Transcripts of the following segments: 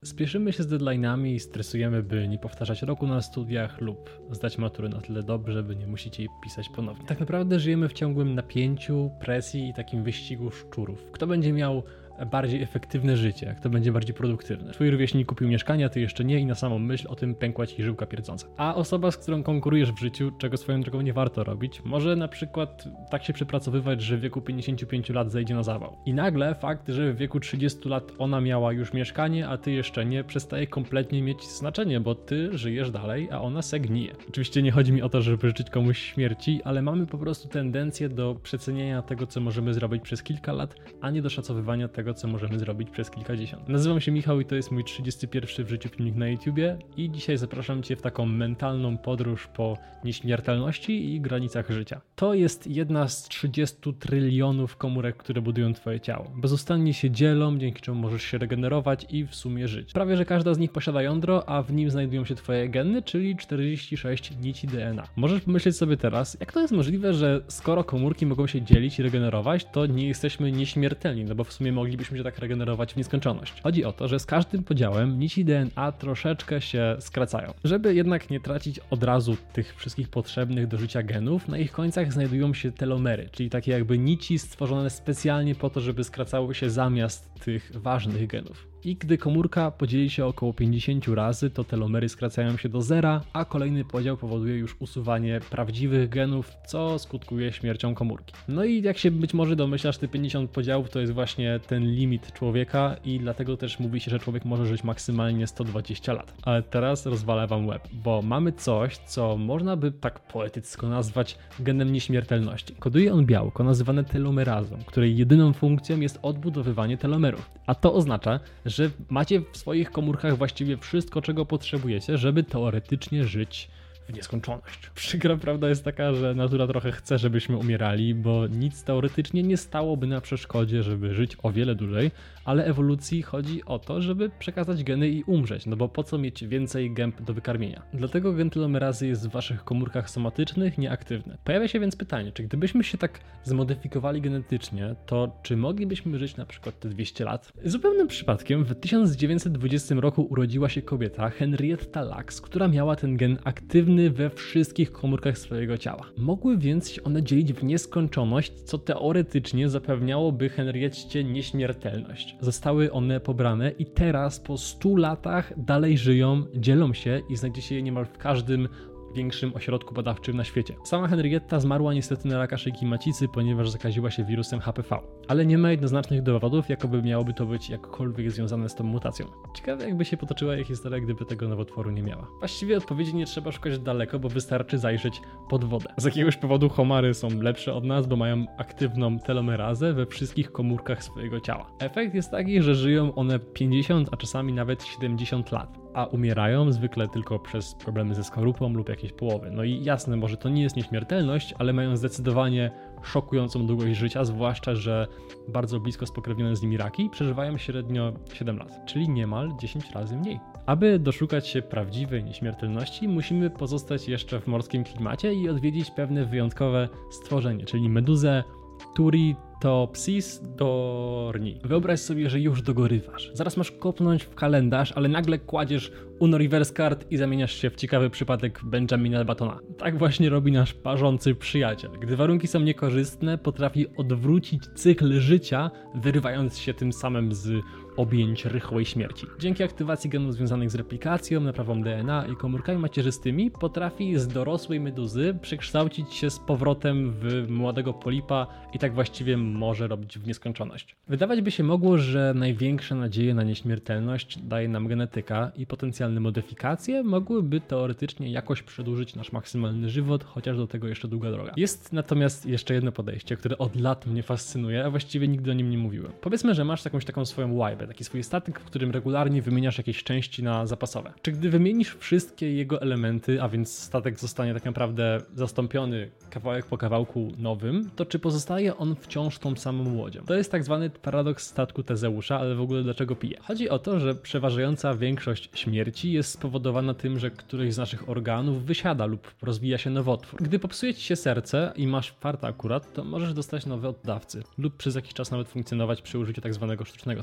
Spieszymy się z deadline'ami i stresujemy, by nie powtarzać roku na studiach lub zdać matury na tyle dobrze, by nie musieć jej pisać ponownie. Tak naprawdę żyjemy w ciągłym napięciu, presji i takim wyścigu szczurów. Kto będzie miał bardziej efektywne życie, kto będzie bardziej produktywny. Twój rówieśnik kupił mieszkanie, a ty jeszcze nie i na samą myśl o tym pękła ci żyłka pierdząca. A osoba, z którą konkurujesz w życiu, czego swoją drogą nie warto robić, może na przykład tak się przepracowywać, że w wieku 55 lat zejdzie na zawał. I nagle fakt, że w wieku 30 lat ona miała już mieszkanie, a ty jeszcze nie, przestaje kompletnie mieć znaczenie, bo ty żyjesz dalej, a ona se gnije. Oczywiście nie chodzi mi o to, żeby życzyć komuś śmierci, ale mamy po prostu tendencję do przeceniania tego, co możemy zrobić przez kilka lat, a nie do szacowywania tego, co możemy zrobić przez kilkadziesiąt. Nazywam się Michał i to jest mój 31 w życiu filmik na YouTubie i dzisiaj zapraszam Cię w taką mentalną podróż po nieśmiertelności i granicach życia. To jest jedna z 30 trylionów komórek, które budują Twoje ciało. Bezustannie się dzielą, dzięki czemu możesz się regenerować i w sumie żyć. Prawie, że każda z nich posiada jądro, a w nim znajdują się Twoje geny, czyli 46 nici DNA. Możesz pomyśleć sobie teraz, jak to jest możliwe, że skoro komórki mogą się dzielić i regenerować, to nie jesteśmy nieśmiertelni, no bo w sumie moglibyśmy się tak regenerować w nieskończoność. Chodzi o to, że z każdym podziałem nici DNA troszeczkę się skracają. Żeby jednak nie tracić od razu tych wszystkich potrzebnych do życia genów, na ich końcach znajdują się telomery, czyli takie jakby nici stworzone specjalnie po to, żeby skracały się zamiast tych ważnych genów. I gdy komórka podzieli się około 50 razy, to telomery skracają się do zera, a kolejny podział powoduje już usuwanie prawdziwych genów, co skutkuje śmiercią komórki. No i jak się być może domyślasz, te 50 podziałów to jest właśnie ten limit człowieka i dlatego też mówi się, że człowiek może żyć maksymalnie 120 lat. Ale teraz rozwalę wam łeb, bo mamy coś, co można by tak poetycko nazwać genem nieśmiertelności. Koduje on białko nazywane telomerazą, której jedyną funkcją jest odbudowywanie telomerów. A to oznacza, że macie w swoich komórkach właściwie wszystko, czego potrzebujecie, żeby teoretycznie żyć w nieskończoność. Przykra prawda jest taka, że natura trochę chce, żebyśmy umierali, bo nic teoretycznie nie stałoby na przeszkodzie, żeby żyć o wiele dłużej, ale ewolucji chodzi o to, żeby przekazać geny i umrzeć, no bo po co mieć więcej gęb do wykarmienia. Dlatego gen telomerazy jest w waszych komórkach somatycznych nieaktywny. Pojawia się więc pytanie, czy gdybyśmy się tak zmodyfikowali genetycznie, to czy moglibyśmy żyć na przykład te 200 lat? Zupełnym przypadkiem w 1920 roku urodziła się kobieta Henrietta Lacks, która miała ten gen aktywny we wszystkich komórkach swojego ciała. Mogły więc się one dzielić w nieskończoność, co teoretycznie zapewniałoby Henrietcie nieśmiertelność. Zostały one pobrane i teraz po 100 latach dalej żyją, dzielą się i znajdzie się je niemal w każdym większym ośrodku badawczym na świecie. Sama Henrietta zmarła niestety na raka szyjki macicy, ponieważ zakaziła się wirusem HPV. Ale nie ma jednoznacznych dowodów, jakoby miałoby to być jakkolwiek związane z tą mutacją. Ciekawe, jakby się potoczyła jej historia, gdyby tego nowotworu nie miała. Właściwie odpowiedzi nie trzeba szukać daleko, bo wystarczy zajrzeć pod wodę. Z jakiegoś powodu homary są lepsze od nas, bo mają aktywną telomerazę we wszystkich komórkach swojego ciała. Efekt jest taki, że żyją one 50, a czasami nawet 70 lat. A umierają zwykle tylko przez problemy ze skorupą lub jakieś połowy. No i jasne, może to nie jest nieśmiertelność, ale mają zdecydowanie szokującą długość życia, zwłaszcza, że bardzo blisko spokrewnione z nimi raki przeżywają średnio 7 lat, czyli niemal 10 razy mniej. Aby doszukać się prawdziwej nieśmiertelności, musimy pozostać jeszcze w morskim klimacie i odwiedzić pewne wyjątkowe stworzenie, czyli meduzę Turritopsis dorni. Wyobraź sobie, że już dogorywasz. Zaraz masz kopnąć w kalendarz, ale nagle kładziesz Uno Reverse Card i zamieniasz się w ciekawy przypadek Benjamina Buttona. Tak właśnie robi nasz parzący przyjaciel. Gdy warunki są niekorzystne, potrafi odwrócić cykl życia, wyrywając się tym samym z objęć rychłej śmierci. Dzięki aktywacji genów związanych z replikacją, naprawą DNA i komórkami macierzystymi potrafi z dorosłej meduzy przekształcić się z powrotem w młodego polipa i tak właściwie może robić w nieskończoność. Wydawać by się mogło, że największe nadzieje na nieśmiertelność daje nam genetyka i potencjalne modyfikacje mogłyby teoretycznie jakoś przedłużyć nasz maksymalny żywot, chociaż do tego jeszcze długa droga. Jest natomiast jeszcze jedno podejście, które od lat mnie fascynuje, a właściwie nigdy o nim nie mówiłem. Powiedzmy, że masz jakąś taką swoją łajbę, taki swój statek, w którym regularnie wymieniasz jakieś części na zapasowe. Czy gdy wymienisz wszystkie jego elementy, a więc statek zostanie tak naprawdę zastąpiony kawałek po kawałku nowym, to czy pozostaje on wciąż tą samą łodzią? To jest tak zwany paradoks statku Tezeusza, ale w ogóle dlaczego pije? Chodzi o to, że przeważająca większość śmierci jest spowodowana tym, że któryś z naszych organów wysiada lub rozwija się nowotwór. Gdy popsuje ci się serce i masz farta akurat, to możesz dostać nowe oddawcy lub przez jakiś czas nawet funkcjonować przy użyciu tak zwanego sztucznego serca.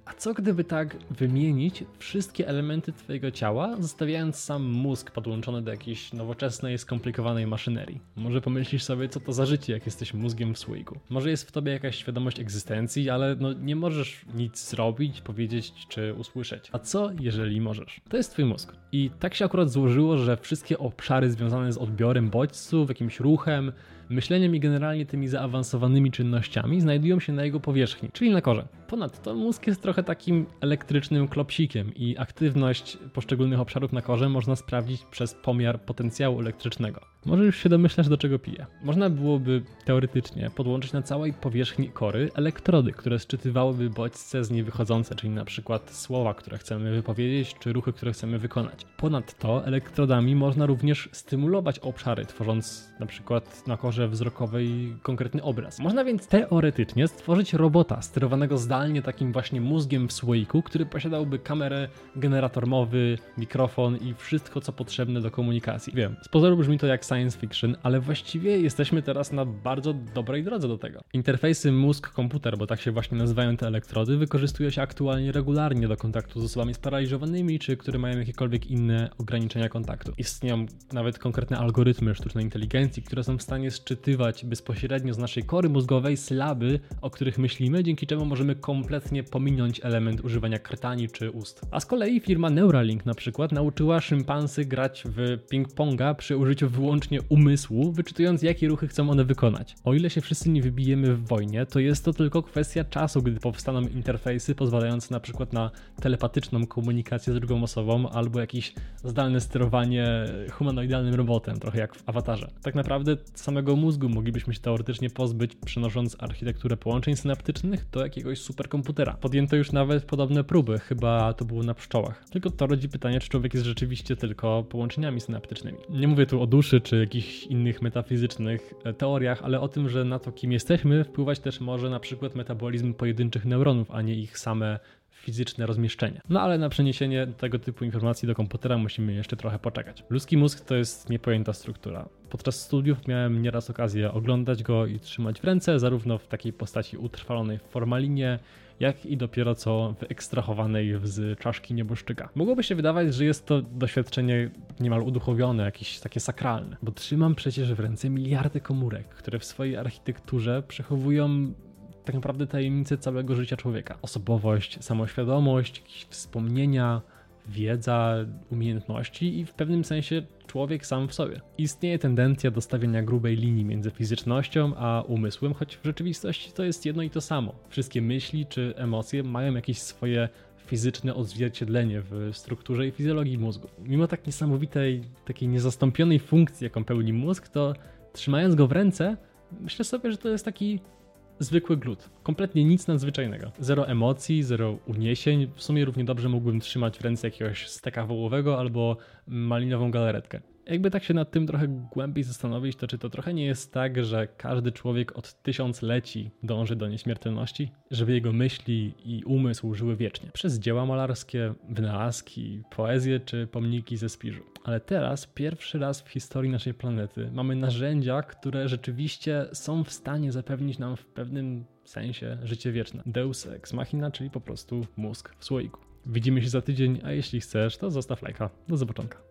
A co gdyby tak wymienić wszystkie elementy twojego ciała, zostawiając sam mózg podłączony do jakiejś nowoczesnej, skomplikowanej maszynerii? Może pomyślisz sobie, co to za życie, jak jesteś mózgiem w słoiku. Może jest w tobie jakaś świadomość egzystencji, ale nie możesz nic zrobić, powiedzieć czy usłyszeć. A co, jeżeli możesz? To jest twój mózg. I tak się akurat złożyło, że wszystkie obszary związane z odbiorem bodźców, jakimś ruchem, myśleniem i generalnie tymi zaawansowanymi czynnościami znajdują się na jego powierzchni, czyli na korze. Ponadto mózg jest trochę takim elektrycznym klopsikiem i aktywność poszczególnych obszarów na korze można sprawdzić przez pomiar potencjału elektrycznego. Może już się domyślasz, do czego piję. Można byłoby teoretycznie podłączyć na całej powierzchni kory elektrody, które sczytywałyby bodźce z niej wychodzące, czyli na przykład słowa, które chcemy wypowiedzieć, czy ruchy, które chcemy wykonać. Ponadto elektrodami można również stymulować obszary, tworząc na przykład na korze wzrokowej konkretny obraz. Można więc teoretycznie stworzyć robota sterowanego zdalnie takim właśnie mózgiem w słoiku, który posiadałby kamerę, generator mowy, mikrofon i wszystko, co potrzebne do komunikacji. Wiem, z pozoru brzmi to jak science fiction, ale właściwie jesteśmy teraz na bardzo dobrej drodze do tego. Interfejsy mózg-komputer, bo tak się właśnie nazywają te elektrody, wykorzystują się aktualnie regularnie do kontaktu z osobami sparaliżowanymi, czy które mają jakiekolwiek inne ograniczenia kontaktu. Istnieją nawet konkretne algorytmy sztucznej inteligencji, które są w stanie sczytywać bezpośrednio z naszej kory mózgowej sylaby, o których myślimy, dzięki czemu możemy kompletnie pominąć element używania krtani czy ust. A z kolei firma Neuralink na przykład nauczyła szympansy grać w ping-ponga przy użyciu wyłącznie umysłu, wyczytując, jakie ruchy chcą one wykonać. O ile się wszyscy nie wybijemy w wojnie, to jest to tylko kwestia czasu, gdy powstaną interfejsy pozwalające na przykład na telepatyczną komunikację z drugą osobą albo jakieś zdalne sterowanie humanoidalnym robotem, trochę jak w Awatarze. Tak naprawdę samego mózgu moglibyśmy się teoretycznie pozbyć, przenosząc architekturę połączeń synaptycznych do jakiegoś superkomputera. Podjęto już nawet podobne próby, chyba to było na pszczołach. Tylko to rodzi pytanie, czy człowiek jest rzeczywiście tylko połączeniami synaptycznymi. Nie mówię tu o duszy czy jakichś innych metafizycznych teoriach, ale o tym, że na to, kim jesteśmy, wpływać też może na przykład metabolizm pojedynczych neuronów, a nie ich same fizyczne rozmieszczenie. No ale na przeniesienie tego typu informacji do komputera musimy jeszcze trochę poczekać. Ludzki mózg to jest niepojęta struktura. Podczas studiów miałem nieraz okazję oglądać go i trzymać w ręce, zarówno w takiej postaci utrwalonej w formalinie, jak i dopiero co wyekstrahowanej z czaszki nieboszczyka. Mogłoby się wydawać, że jest to doświadczenie niemal uduchowione, jakieś takie sakralne, bo trzymam przecież w ręce miliardy komórek, które w swojej architekturze przechowują tak naprawdę tajemnice całego życia człowieka. Osobowość, samoświadomość, jakieś wspomnienia, wiedza, umiejętności i w pewnym sensie człowiek sam w sobie. Istnieje tendencja do stawiania grubej linii między fizycznością a umysłem, choć w rzeczywistości to jest jedno i to samo. Wszystkie myśli czy emocje mają jakieś swoje fizyczne odzwierciedlenie w strukturze i fizjologii mózgu. Mimo tak niesamowitej, takiej niezastąpionej funkcji, jaką pełni mózg, to trzymając go w ręce, myślę sobie, że to jest taki zwykły glut. Kompletnie nic nadzwyczajnego. Zero emocji, zero uniesień. W sumie równie dobrze mógłbym trzymać w ręce jakiegoś steka wołowego albo malinową galaretkę. Jakby tak się nad tym trochę głębiej zastanowić, to czy to trochę nie jest tak, że każdy człowiek od tysiącleci dąży do nieśmiertelności? Żeby jego myśli i umysł żyły wiecznie. Przez dzieła malarskie, wynalazki, poezję czy pomniki ze Spiżu. Ale teraz, pierwszy raz w historii naszej planety, mamy narzędzia, które rzeczywiście są w stanie zapewnić nam w pewnym sensie życie wieczne. Deus ex machina, czyli po prostu mózg w słoiku. Widzimy się za tydzień, a jeśli chcesz, to zostaw lajka. Do zobaczonka.